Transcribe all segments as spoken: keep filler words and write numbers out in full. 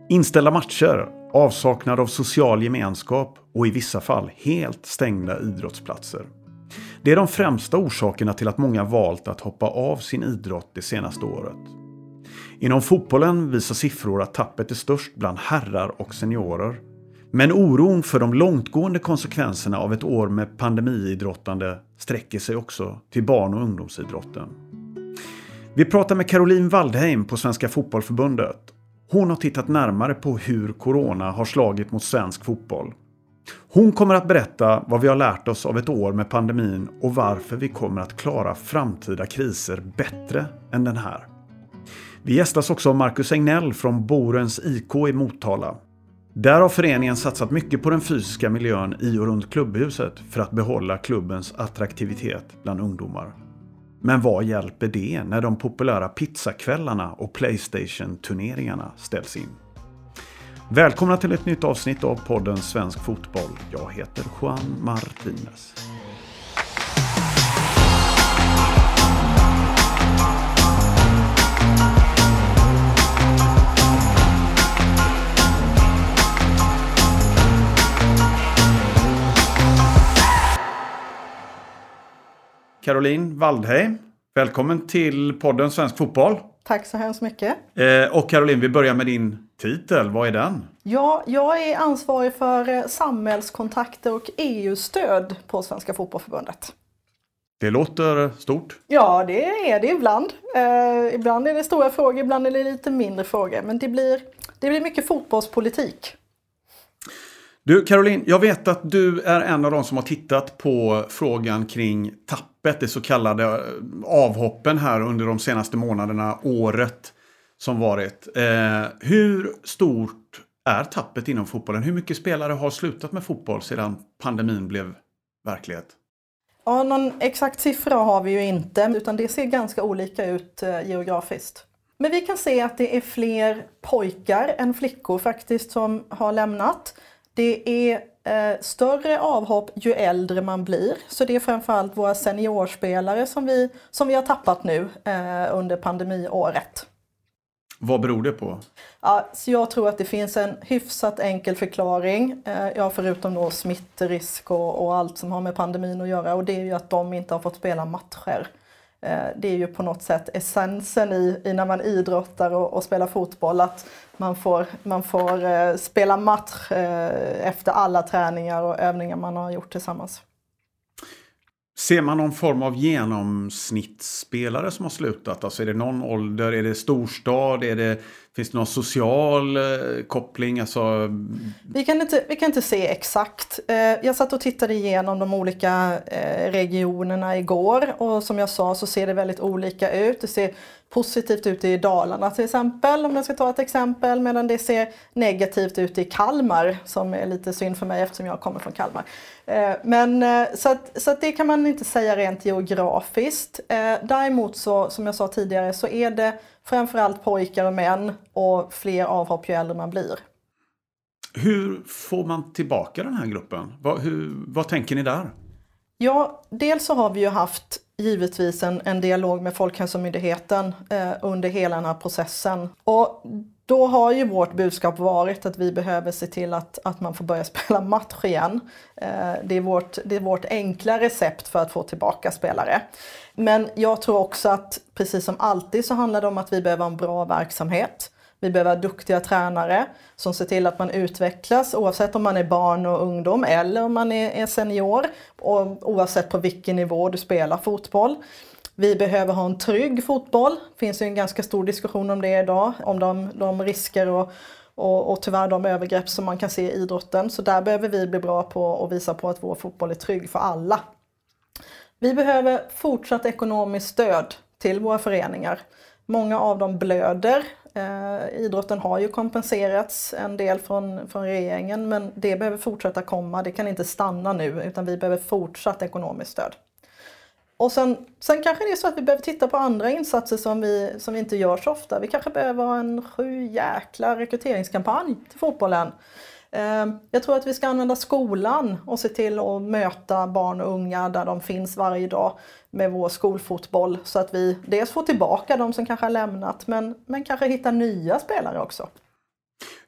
Inställda matcher, avsaknad av social gemenskap och i vissa fall helt stängda idrottsplatser. Det är de främsta orsakerna till att många valt att hoppa av sin idrott det senaste året. Inom fotbollen visar siffror att tappet är störst bland herrar och seniorer. Men oron för de långtgående konsekvenserna av ett år med pandemiidrottande sträcker sig också till barn- och ungdomsidrotten. Vi pratar med Caroline Waldheim på Svenska Fotbollförbundet. Hon har tittat närmare på hur corona har slagit mot svensk fotboll. Hon kommer att berätta vad vi har lärt oss av ett år med pandemin och varför vi kommer att klara framtida kriser bättre än den här. Vi gästas också av Marcus Egnell från Borens I K i Motala. Där har föreningen satsat mycket på den fysiska miljön i och runt klubbhuset för att behålla klubbens attraktivitet bland ungdomar. Men vad hjälper det när de populära pizzakvällarna och PlayStation-turneringarna ställs in? Välkomna till ett nytt avsnitt av podden Svensk Fotboll. Jag heter Juan Martinez. Caroline Waldheim, välkommen till podden Svensk Fotboll. Tack så hemskt mycket. Eh, och Caroline, vi börjar med din titel. Vad är den? Ja, jag är ansvarig för samhällskontakter och E U-stöd på Svenska Fotbollförbundet. Det låter stort. Ja, det är det ibland. Eh, ibland är det stora frågor, ibland är det lite mindre frågor. Men det blir, det blir mycket fotbollspolitik. Du Caroline, jag vet att du är en av de som har tittat på frågan kring tappet, det så kallade avhoppen här under de senaste månaderna, året som varit. Eh, hur stort är tappet inom fotbollen? Hur mycket spelare har slutat med fotboll sedan pandemin blev verklighet? Ja, någon exakt siffra har vi ju inte, utan det ser ganska olika ut eh, geografiskt. Men vi kan se att det är fler pojkar än flickor faktiskt som har lämnat. Det är eh, större avhopp ju äldre man blir. Så det är framförallt våra seniorspelare som vi, som vi har tappat nu eh, under pandemiåret. Vad beror det på? Ja, så jag tror att det finns en hyfsat enkel förklaring. Eh, ja, förutom då smittrisk och, och allt som har med pandemin att göra. Och det är ju att de inte har fått spela matcher. Det är ju på något sätt essensen i, i när man idrottar och, och spelar fotboll, att man får, man får eh, spela match eh, efter alla träningar och övningar man har gjort tillsammans. Ser man någon form av genomsnittsspelare som har slutat? Alltså är det någon ålder, är det storstad, är det, finns det någon social eh, koppling? Alltså... Vi, kan inte, vi kan inte se exakt. Eh, jag satt och tittade igenom de olika eh, regionerna igår, och som jag sa så ser det väldigt olika ut. Det ser positivt ut i Dalarna till exempel, om jag ska ta ett exempel, medan det ser negativt ut i Kalmar, som är lite synd för mig eftersom jag kommer från Kalmar. Men så att, så att det kan man inte säga rent geografiskt. Däremot så, som jag sa tidigare, så är det framförallt pojkar och män och fler avhopp ju äldre man blir. Hur får man tillbaka den här gruppen? Vad, hur, vad tänker ni där? Ja, dels så har vi ju haft givetvis en, en dialog med Folkhälsomyndigheten eh, under hela den här processen. Och då har ju vårt budskap varit att vi behöver se till att, att man får börja spela match igen. Eh, det är vårt, det är vårt enkla recept för att få tillbaka spelare. Men jag tror också att precis som alltid så handlar det om att vi behöver en bra verksamhet. Vi behöver duktiga tränare som ser till att man utvecklas oavsett om man är barn och ungdom eller om man är senior, och oavsett på vilken nivå du spelar fotboll. Vi behöver ha en trygg fotboll. Det finns ju en ganska stor diskussion om det idag, om de, de risker och, och, och tyvärr de övergrepp som man kan se i idrotten. Så där behöver vi bli bra på att visa på att vår fotboll är trygg för alla. Vi behöver fortsatt ekonomiskt stöd till våra föreningar. Många av dem blöder. Eh, idrotten har ju kompenserats en del från, från regeringen, men det behöver fortsätta komma. Det kan inte stanna nu, utan vi behöver fortsatt ekonomiskt stöd. Och sen, sen kanske det är så att vi behöver titta på andra insatser som vi, som vi inte gör så ofta. Vi kanske behöver ha en sju jäkla rekryteringskampanj till fotbollen. Jag tror att vi ska använda skolan och se till att möta barn och unga där de finns varje dag med vår skolfotboll. Så att vi dels får tillbaka de som kanske har lämnat, men, men kanske hitta nya spelare också.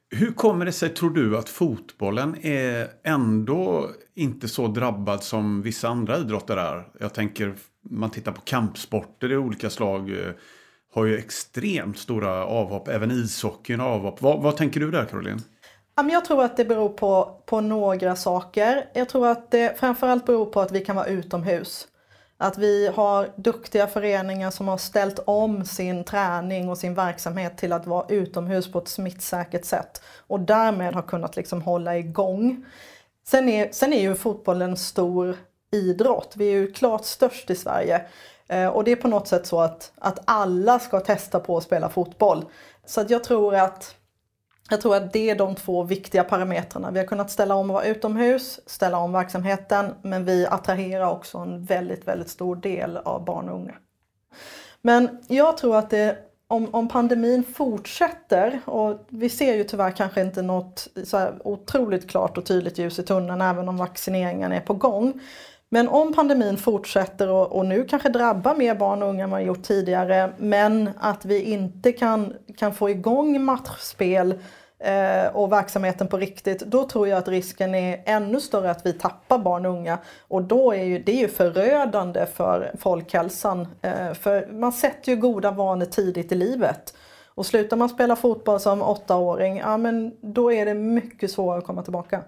Hur kommer det sig, tror du, att fotbollen är ändå inte så drabbad som vissa andra idrotter är? Jag tänker, man tittar på kampsporter i olika slag, har ju extremt stora avhopp. Även ishockeyn har avhopp. Vad, vad tänker du där, Caroline? Jag tror att det beror på, på några saker. Jag tror att det framförallt beror på att vi kan vara utomhus. Att vi har duktiga föreningar som har ställt om sin träning och sin verksamhet till att vara utomhus på ett smittsäkert sätt. Och därmed har kunnat liksom hålla igång. Sen är, sen är ju fotbollen en stor idrott. Vi är ju klart störst i Sverige. Eh, och det är på något sätt så att, att alla ska testa på att spela fotboll. Så att jag tror att Jag tror att det är de två viktiga parametrarna. Vi har kunnat ställa om och vara utomhus, ställa om verksamheten, men vi attraherar också en väldigt, väldigt stor del av barn och unga. Men jag tror att det, om, om pandemin fortsätter, och vi ser ju tyvärr kanske inte något så här otroligt klart och tydligt ljus i tunneln, även om vaccineringen är på gång. Men om pandemin fortsätter och, och nu kanske drabbar mer barn och unga än man gjort tidigare, men att vi inte kan, kan få igång matchspel eh, och verksamheten på riktigt, då tror jag att risken är ännu större att vi tappar barn och unga. Och då är ju, det är ju förödande för folkhälsan. Eh, för man sätter ju goda vanor tidigt i livet. Och slutar man spela fotboll som åttaåring, ja, men då är det mycket svårare att komma tillbaka.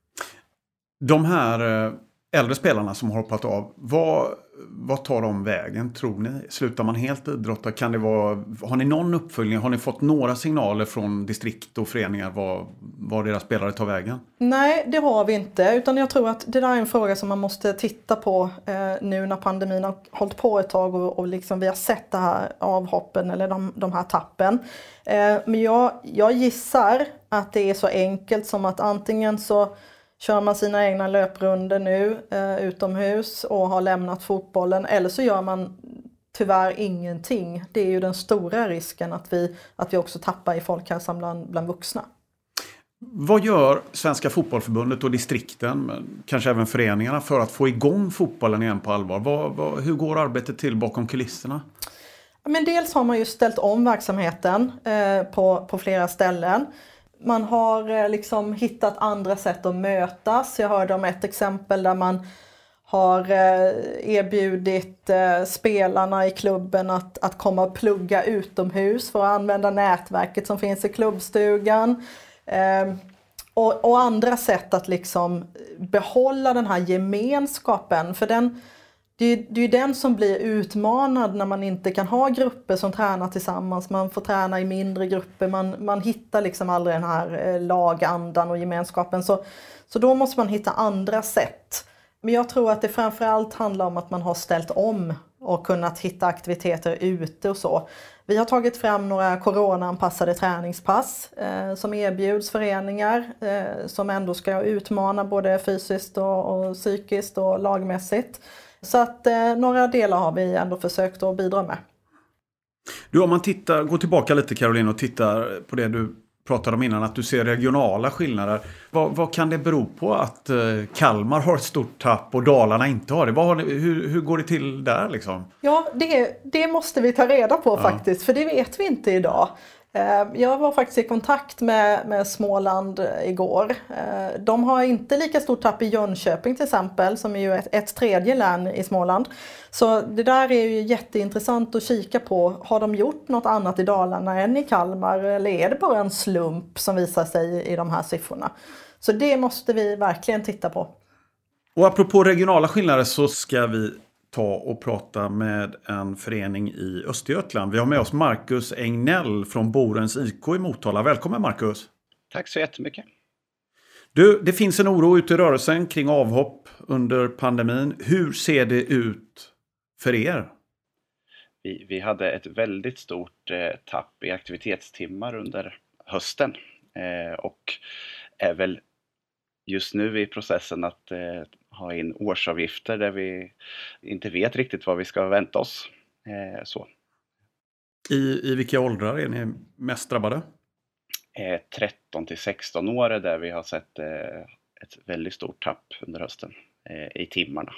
De här... Eh... äldre spelarna som har hoppat av, vad, vad tar de vägen, tror ni? Slutar man helt idrotta? Kan det vara, har ni någon uppföljning? Har ni fått några signaler från distrikt och föreningar vad, vad deras spelare tar vägen? Nej, det har vi inte. Utan jag tror att det där är en fråga som man måste titta på eh, nu när pandemin har hållit på ett tag och, och liksom vi har sett det här avhoppen eller de, de här tappen. Eh, men jag, jag gissar att det är så enkelt som att antingen så kör man sina egna löprunder nu eh, utomhus och har lämnat fotbollen, eller så gör man tyvärr ingenting. Det är ju den stora risken att vi, att vi också tappar i folkhälsan bland, bland vuxna. Vad gör Svenska fotbollförbundet och distrikten, men kanske även föreningarna, för att få igång fotbollen igen på allvar? Vad, vad, hur går arbetet till bakom kulisserna? Men dels har man ju ställt om verksamheten eh, på, på flera ställen. Man har liksom hittat andra sätt att mötas. Jag hörde om ett exempel där man har erbjudit spelarna i klubben att, att komma och plugga utomhus för att använda nätverket som finns i klubbstugan. Och, och andra sätt att liksom behålla den här gemenskapen. För den, det är, det är ju den som blir utmanad när man inte kan ha grupper som tränar tillsammans. Man får träna i mindre grupper. Man, man hittar liksom aldrig den här lagandan och gemenskapen. Så, så då måste man hitta andra sätt. Men jag tror att det framförallt handlar om att man har ställt om och kunnat hitta aktiviteter ute och så. Vi har tagit fram några coronaanpassade träningspass eh, som erbjuds föreningar eh, som ändå ska utmana både fysiskt och, och psykiskt och lagmässigt. Så att eh, några delar har vi ändå försökt att bidra med. Du, om man tittar, går tillbaka lite Caroline och tittar på det du pratade om innan, att du ser regionala skillnader. Vad, vad kan det bero på att eh, Kalmar har ett stort tapp och Dalarna inte har det? Vad har ni, hur, hur går det till där liksom? Ja, det, det måste vi ta reda på Ja. faktiskt, för det vet vi inte idag. Jag var faktiskt i kontakt med, med Småland igår. De har inte lika stort tapp i Jönköping till exempel, som är ju ett, ett tredje län i Småland. Så det där är ju jätteintressant att kika på. Har de gjort något annat i Dalarna än i Kalmar, eller är det bara en slump som visar sig i de här siffrorna? Så det måste vi verkligen titta på. Och apropå regionala skillnader så ska vi ta och prata med en förening i Östergötland. Vi har med oss Marcus Engnell från Borens I K i Motala. Välkommen Marcus! Tack så jättemycket! Du, det finns en oro ute i rörelsen kring avhopp under pandemin. Hur ser det ut för er? Vi, vi hade ett väldigt stort eh, tapp i aktivitetstimmar under hösten eh, och är väl just nu i processen att eh, ha in årsavgifter där vi inte vet riktigt vad vi ska vänta oss. Eh, så. I, I vilka åldrar är ni mest drabbade? Eh, tretton till sexton år är där vi har sett eh, ett väldigt stort tapp under hösten eh, i timmarna.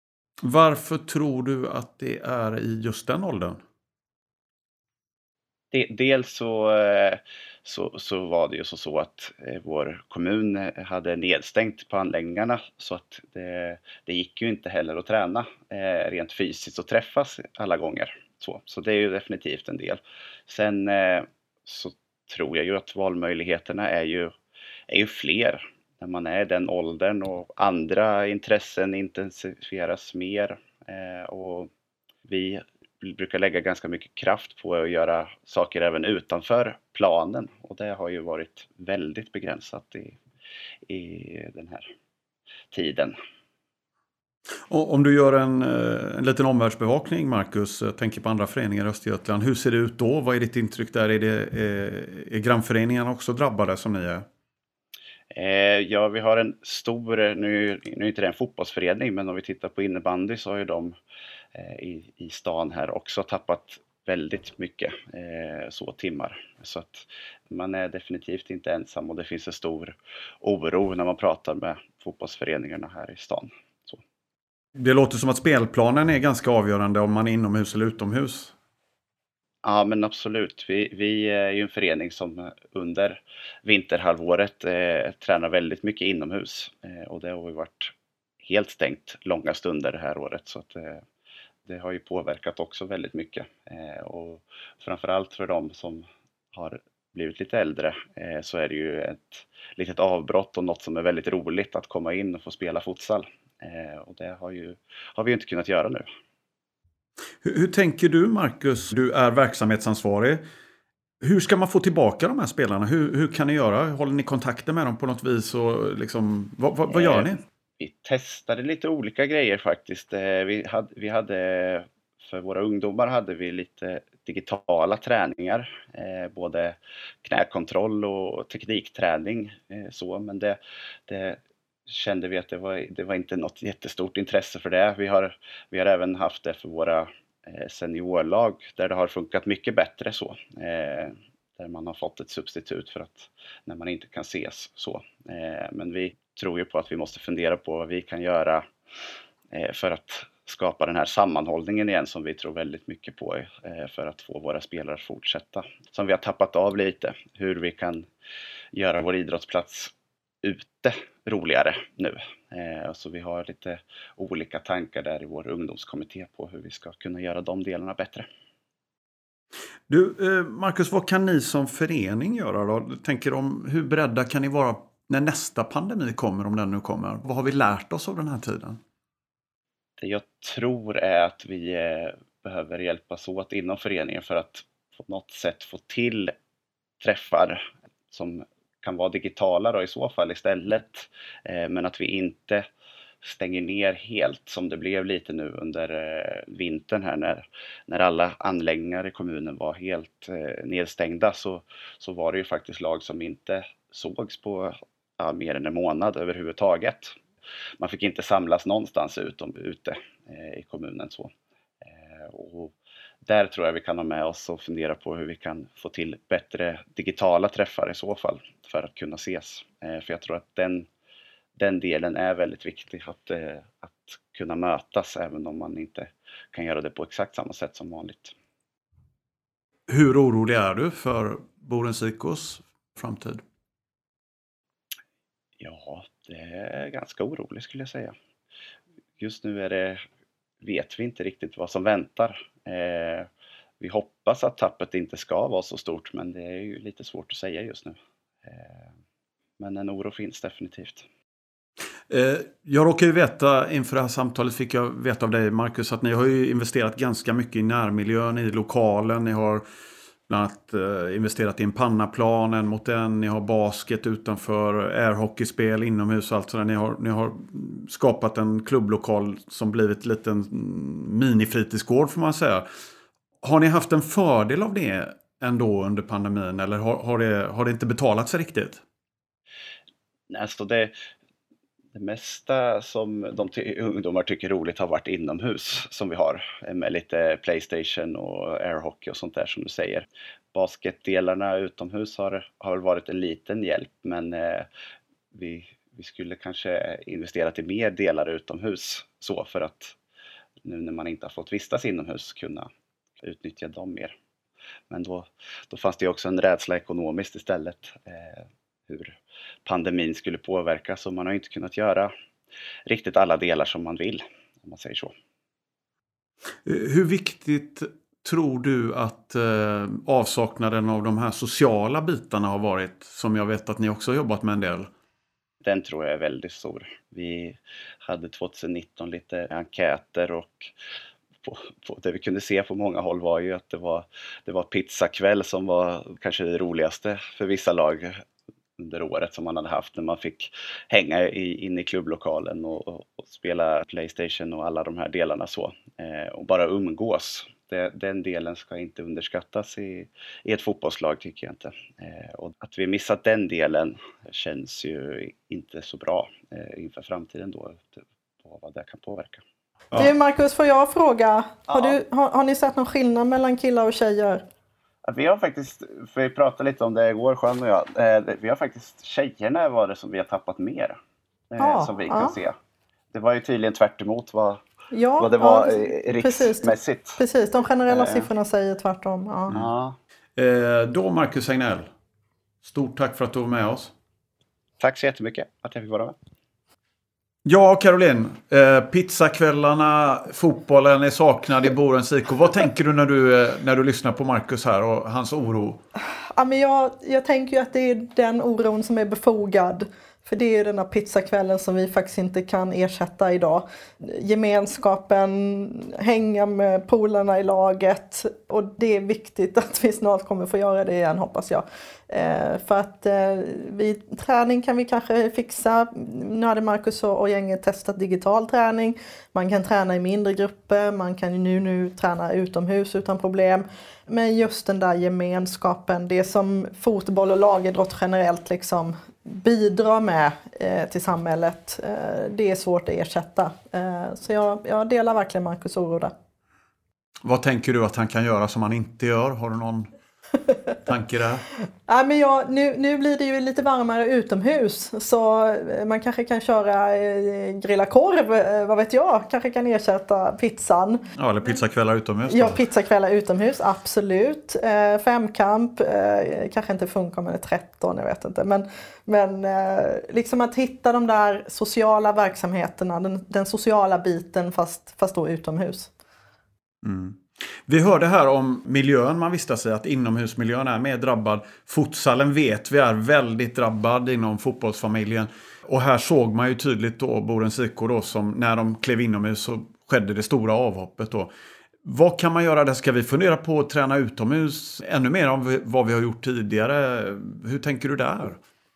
Varför tror du att det är i just den åldern? De, dels så, eh, så, så var det ju så, så att eh, vår kommun hade nedstängt på anläggningarna, så att det, det gick ju inte heller att träna eh, rent fysiskt och träffas alla gånger. Så, så det är ju definitivt en del. Sen eh, så tror jag ju att valmöjligheterna är ju, är ju fler när man är i den åldern, och andra intressen intensifieras mer. Eh, och vi brukar lägga ganska mycket kraft på att göra saker även utanför planen, och det har ju varit väldigt begränsat i, i den här tiden. Och om du gör en, en liten omvärldsbevakning, Marcus, tänker på andra föreningar i Östergötland, hur ser det ut då? Vad är ditt intryck där? Är, det, är, är grannföreningarna också drabbade som ni är? Eh, ja, vi har en stor, nu, nu är inte det en fotbollsförening, men om vi tittar på innebandy så har ju de eh, i, i stan här också tappat väldigt mycket eh, så timmar. Så att man är definitivt inte ensam, och det finns en stor oro när man pratar med fotbollsföreningarna här i stan. Så. Det låter som att spelplanen är ganska avgörande om man är inomhus eller utomhus. Ja, men absolut. Vi, vi är ju en förening som under vinterhalvåret eh, tränar väldigt mycket inomhus. Eh, och det har ju varit helt stängt långa stunder det här året. Så att, eh, det har ju påverkat också väldigt mycket. Eh, och framförallt för de som har blivit lite äldre eh, så är det ju ett litet avbrott och något som är väldigt roligt att komma in och få spela futsal. Eh, och det har, ju, har vi ju inte kunnat göra nu. Hur, hur tänker du, Marcus? Du är verksamhetsansvarig. Hur ska man få tillbaka de här spelarna? Hur, hur kan ni göra? Håller ni kontakter med dem på något vis? Och liksom, vad, vad, vad gör ni? Vi testade lite olika grejer faktiskt. Vi hade, vi hade, för våra ungdomar hade vi lite digitala träningar. Både knäkontroll och teknikträning. Så, men det, det kände vi att det var, det var inte något jättestort intresse för det. Vi har, vi har även haft det för våra seniorlag där det har funkat mycket bättre så. Där man har fått ett substitut för att när man inte kan ses så. Men vi tror ju på att vi måste fundera på vad vi kan göra för att skapa den här sammanhållningen igen som vi tror väldigt mycket på för att få våra spelare att fortsätta. Som vi har tappat av lite. Hur vi kan göra vår idrottsplats ute roligare nu. Så vi har lite olika tankar där i vår ungdomskommitté på hur vi ska kunna göra de delarna bättre. Du, Marcus, vad kan ni som förening göra då? Tänker om hur beredda kan ni vara när nästa pandemi kommer, om den nu kommer? Vad har vi lärt oss av den här tiden? Det jag tror är att vi behöver hjälpas åt inom föreningen för att på något sätt få till träffar som kan vara digitala då i så fall istället. Men att vi inte stänger ner helt som det blev lite nu under vintern här när, när alla anläggningar i kommunen var helt nedstängda, så, så var det ju faktiskt lag som inte sågs på ja, mer än en månad överhuvudtaget. Man fick inte samlas någonstans utom ute eh, i kommunen så. Eh, och där tror jag vi kan ha med oss och fundera på hur vi kan få till bättre digitala träffar i så fall för att kunna ses. Eh, för jag tror att den, den delen är väldigt viktig att, eh, att kunna mötas även om man inte kan göra det på exakt samma sätt som vanligt. Hur orolig är du för Bodens I K:s framtid? Ja, det är ganska oroligt skulle jag säga. Just nu är det, vet vi inte riktigt vad som väntar. Eh, vi hoppas att tappet inte ska vara så stort, men det är ju lite svårt att säga just nu. Eh, men en oro finns definitivt. Eh, jag råkar ju veta, inför det här samtalet fick jag veta av dig, Marcus, att ni har ju investerat ganska mycket i närmiljön, i lokalen. Ni har bland annat eh, investerat i en pannaplan, en mot en. Ni har basket utanför, airhockeyspel inomhus och allt sådär. Ni har, ni har skapat en klubblokal som blivit en liten minifritidsgård får man säga. Har ni haft en fördel av det ändå under pandemin, eller har, har, det, har det inte betalat sig riktigt? Alltså det, det mesta som de ty- ungdomar tycker är roligt har varit inomhus som vi har. Med lite PlayStation och airhockey och sånt där som du säger. Basketdelarna utomhus har, har varit en liten hjälp, men eh, vi, vi skulle kanske investera i mer delar utomhus så för att nu när man inte har fått vistas inomhus kunna utnyttja dem mer. Men då, då fanns det ju också en rädsla ekonomiskt istället. Eh, hur pandemin skulle påverka. Så man har inte kunnat göra riktigt alla delar som man vill, om man säger så. Hur viktigt tror du att eh, avsaknaden av de här sociala bitarna har varit, som jag vet att ni också har jobbat med en del? Den tror jag är väldigt stor. Vi hade tjugonitton lite enkäter och på, på, det vi kunde se på många håll var ju att det var, det var pizzakväll som var kanske det roligaste för vissa lag under året som man hade haft, när man fick hänga i, in i klubblokalen och, och, och spela PlayStation och alla de här delarna så. Eh, och bara umgås. Det, den delen ska inte underskattas i, i ett fotbollslag, tycker jag inte. Eh, och att vi missat den delen känns ju inte så bra eh, inför framtiden då, på vad det kan påverka. Ja. Du Marcus, får jag fråga, har, Ja. du, har, har ni sett någon skillnad mellan killar och tjejer? Att vi har faktiskt, för vi pratade lite om det igår, Juan och jag, eh, vi har faktiskt, tjejerna var det som vi har tappat mer, eh, Ja, som vi ja. kan se. Det var ju tydligen tvärt emot vad, Ja, vad det var ja, eh, precis. riksmässigt. Precis, de generella Eh. siffrorna säger tvärtom. Ja. Ja. Eh, då Marcus Hagnell, stort tack för att du var med oss. Tack så jättemycket att jag fick vara med. Ja, Caroline. Eh, pizzakvällarna, fotbollen är saknad i Borens I K. Vad tänker du när du, eh, när du lyssnar på Marcus här och hans oro? Ja, men jag, jag tänker ju att det är den oron som är befogad. För det är ju den här pizzakvällen som vi faktiskt inte kan ersätta idag. Gemenskapen, hänga med polarna i laget. Och det är viktigt att vi snart kommer få göra det igen, hoppas jag. Eh, för att eh, vi, träning kan vi kanske fixa. Nu hade Marcus och, och gänget testat digital träning. Man kan träna i mindre grupper. Man kan ju nu, nu träna utomhus utan problem. Men just den där gemenskapen, det som fotboll och lagidrott generellt liksom bidrar med eh, till samhället, eh, det är svårt att ersätta. Eh, så jag, jag delar verkligen Marcus oro där. Vad tänker du att han kan göra som han inte gör? Har du någon tanke där? Ja, men jag, nu, nu blir det ju lite varmare utomhus, så man kanske kan köra eh, grilla korv, eh, vad vet jag, kanske kan ersätta pizzan. Ja, eller pizzakvällar utomhus då. Ja, pizzakvällar utomhus, absolut. Eh, femkamp, eh, kanske inte funkar med tretton, jag vet inte. Men, men eh, liksom att hitta de där sociala verksamheterna, den, den sociala biten fast, fast då utomhus. Mm. Vi hörde här om miljön man vistas i, att inomhusmiljön är mer drabbad. Futsalen vet vi är väldigt drabbad inom fotbollsfamiljen. Och här såg man ju tydligt då Borens I K då, som när de klev inomhus så skedde det stora avhoppet då. Vad kan man göra där? Ska vi fundera på att träna utomhus ännu mer om vad vi har gjort tidigare? Hur tänker du där?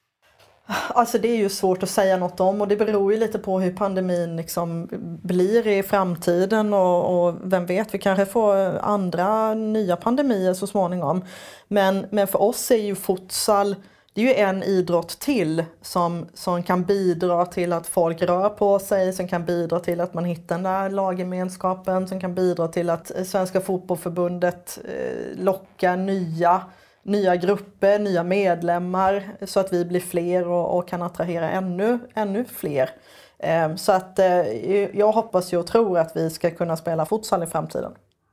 Alltså det är ju svårt att säga något om, och det beror ju lite på hur pandemin liksom blir i framtiden, och, och vem vet, vi kanske får andra nya pandemier så småningom. Men, men för oss är ju futsal, det är ju en idrott till som, som kan bidra till att folk rör på sig, som kan bidra till att man hittar den där laggemenskapen, som kan bidra till att Svenska fotbollförbundet eh, lockar nya nya grupper, nya medlemmar, så att vi blir fler och, och kan attrahera ännu, ännu fler. Eh, så att eh, jag hoppas ju och tror att vi ska kunna spela futsal i framtiden.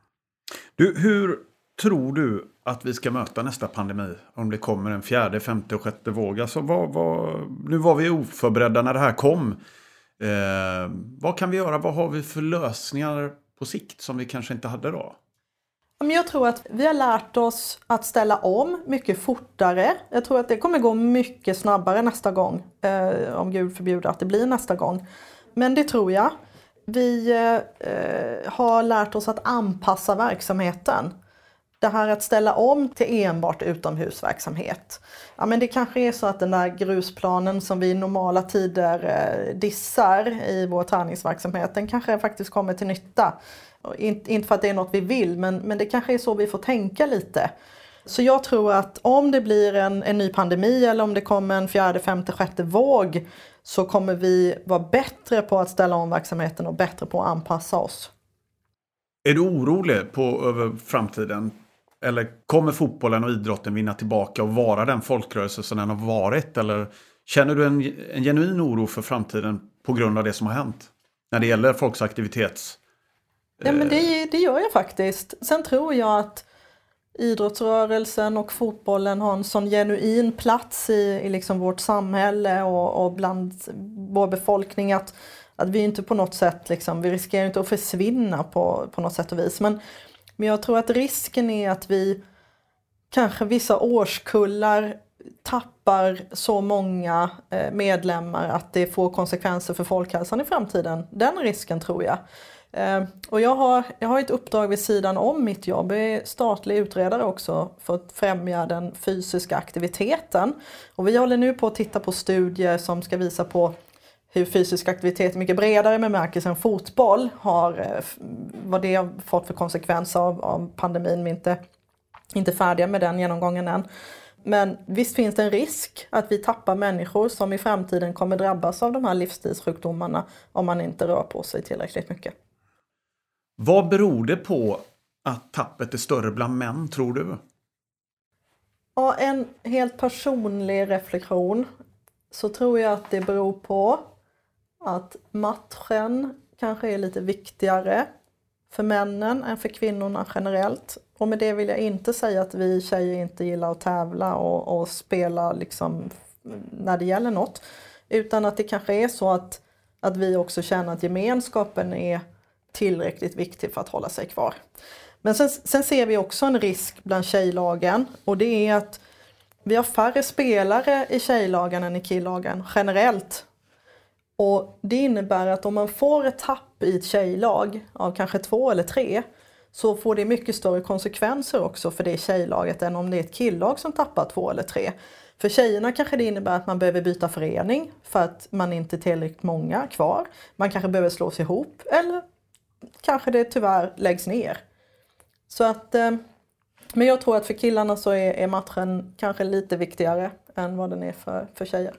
Du, hur tror du att vi ska möta nästa pandemi? Om det kommer en fjärde, femte och sjätte våg. Alltså, vad, vad, nu var vi oförberedda när det här kom. Eh, vad kan vi göra? Vad har vi för lösningar på sikt som vi kanske inte hade då? Jag tror att vi har lärt oss att ställa om mycket fortare. Jag tror att det kommer gå mycket snabbare nästa gång. Eh, om Gud förbjuder att det blir nästa gång. Men det tror jag. Vi eh, har lärt oss att anpassa verksamheten. Det här att ställa om till enbart utomhusverksamhet. Ja, men det kanske är så att den där grusplanen som vi i normala tider eh, dissar i vår träningsverksamhet, den kanske faktiskt kommer till nytta. Inte för att det är något vi vill, men, men det kanske är så vi får tänka lite. Så jag tror att om det blir en, en ny pandemi eller om det kommer en fjärde, femte, sjätte våg, så kommer vi vara bättre på att ställa om verksamheten och bättre på att anpassa oss. Är du orolig på över framtiden? Eller kommer fotbollen och idrotten vinna tillbaka och vara den folkrörelse som den har varit? Eller känner du en, en genuin oro för framtiden på grund av det som har hänt? När det gäller folks aktivitets... Ja, men det, det gör jag faktiskt. Sen tror jag att idrottsrörelsen och fotbollen har en sån genuin plats i, i liksom vårt samhälle och, och bland vår befolkning att, att vi inte på något sätt, liksom, vi riskerar inte att försvinna på, på något sätt och vis. Men, men jag tror att risken är att vi kanske vissa årskullar tappar så många medlemmar att det får konsekvenser för folkhälsan i framtiden. Den risken tror jag. Och jag har, jag har ett uppdrag vid sidan om mitt jobb. Jag är statlig utredare också för att främja den fysiska aktiviteten. Och vi håller nu på att titta på studier som ska visa på hur fysisk aktivitet mycket bredare bemärkelse än fotboll har, vad det har fått för konsekvenser av, av pandemin. Vi är inte, inte färdiga med den genomgången än. Men visst finns det en risk att vi tappar människor som i framtiden kommer drabbas av de här livsstilssjukdomarna om man inte rör på sig tillräckligt mycket. Vad beror det på att tappet är större bland män, tror du? Ja, en helt personlig reflektion så tror jag att det beror på att matchen kanske är lite viktigare för männen än för kvinnorna generellt. Och med det vill jag inte säga att vi tjejer inte gillar att tävla och, och spela liksom när det gäller något. Utan att det kanske är så att, att vi också känner att gemenskapen är tillräckligt viktig för att hålla sig kvar. Men sen, sen ser vi också en risk bland tjejlagen. Och det är att vi har färre spelare i tjejlagen än i killlagen generellt. Och det innebär att om man får ett tapp i ett tjejlag av kanske två eller tre så får det mycket större konsekvenser också för det tjejlaget än om det är ett killag som tappar två eller tre. För tjejerna kanske det innebär att man behöver byta förening för att man inte är tillräckligt många kvar. Man kanske behöver slås ihop eller kanske det tyvärr läggs ner. Så att, men jag tror att för killarna så är, är matchen kanske lite viktigare än vad den är för, för tjejer.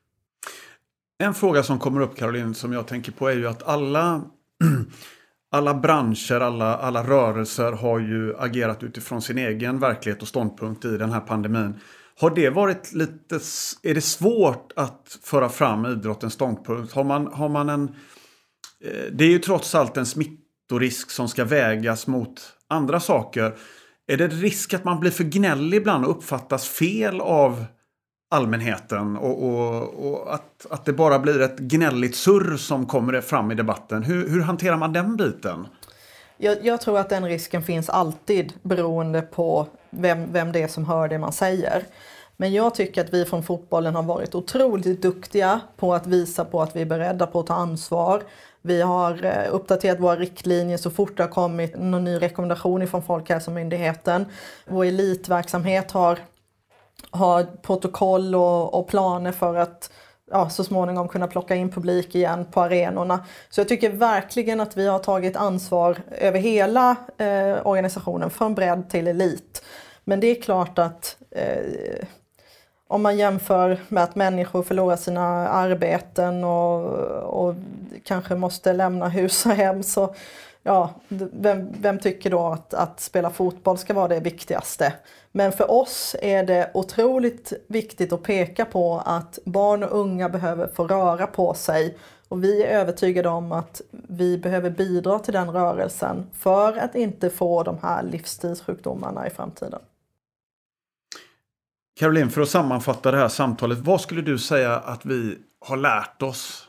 En fråga som kommer upp, Caroline, som jag tänker på är ju att alla, alla branscher, alla, alla rörelser har ju agerat utifrån sin egen verklighet och ståndpunkt i den här pandemin. Har det varit lite, är det svårt att föra fram idrottens ståndpunkt? Har man, har man en, det är ju trots allt en smittorisk som ska vägas mot andra saker. Är det risk att man blir för gnällig ibland och uppfattas fel av allmänheten och, och, och att, att det bara blir ett gnälligt surr som kommer fram i debatten? Hur, hur hanterar man den biten? Jag, jag tror att den risken finns alltid beroende på vem, vem det är som hör det man säger. Men jag tycker att vi från fotbollen har varit otroligt duktiga på att visa på att vi är beredda på att ta ansvar. Vi har uppdaterat våra riktlinjer så fort det har kommit någon ny rekommendation från Folkhälsomyndigheten. Vår elitverksamhet har, har protokoll och, och planer för att ja, så småningom kunna plocka in publik igen på arenorna. Så jag tycker verkligen att vi har tagit ansvar över hela eh, organisationen från bredd till elit. Men det är klart att eh, om man jämför med att människor förlorar sina arbeten och, och kanske måste lämna hus och hem så ja, vem, vem tycker då att, att spela fotboll ska vara det viktigaste? Men för oss är det otroligt viktigt att peka på att barn och unga behöver få röra på sig. Och vi är övertygade om att vi behöver bidra till den rörelsen för att inte få de här livsstilssjukdomarna i framtiden. Caroline, för att sammanfatta det här samtalet, vad skulle du säga att vi har lärt oss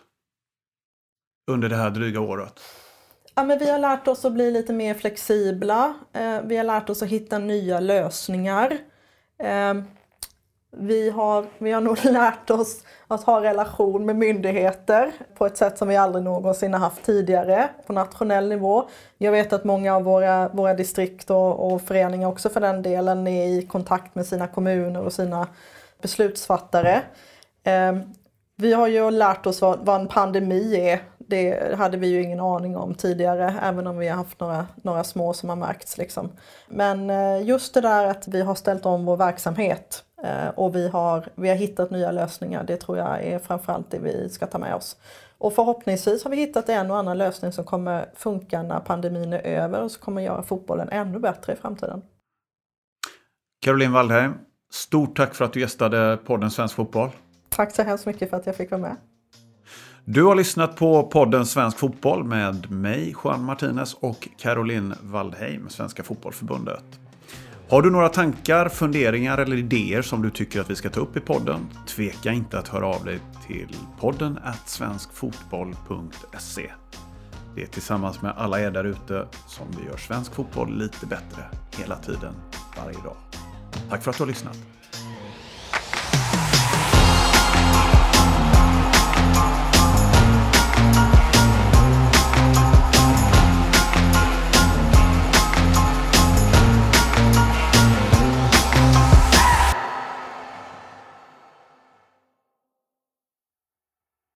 under det här dryga året? Ja, men vi har lärt oss att bli lite mer flexibla. Eh, vi har lärt oss att hitta nya lösningar. Eh, vi, har, vi har nog lärt oss att ha relation med myndigheter på ett sätt som vi aldrig någonsin har haft tidigare på nationell nivå. Jag vet att många av våra, våra distrikt och, och föreningar också för den delen är i kontakt med sina kommuner och sina beslutsfattare. Eh, vi har ju lärt oss vad, vad en pandemi är. Det hade vi ju ingen aning om tidigare, även om vi har haft några, några små som har märkts. Liksom. Men just det där att vi har ställt om vår verksamhet och vi har, vi har hittat nya lösningar, det tror jag är framförallt det vi ska ta med oss. Och förhoppningsvis har vi hittat en och annan lösning som kommer funka när pandemin är över och som kommer göra fotbollen ännu bättre i framtiden. Caroline Waldheim, stort tack för att du gästade podden Svensk Fotboll. Tack så hemskt mycket för att jag fick vara med. Du har lyssnat på podden Svensk Fotboll med mig, Juan Martinez och Caroline Waldheim, Svenska Fotbollförbundet. Har du några tankar, funderingar eller idéer som du tycker att vi ska ta upp i podden? Tveka inte att höra av dig till podden at svenskfotboll punkt se. Det är tillsammans med alla er där ute som vi gör svensk fotboll lite bättre hela tiden, varje dag. Tack för att du har lyssnat.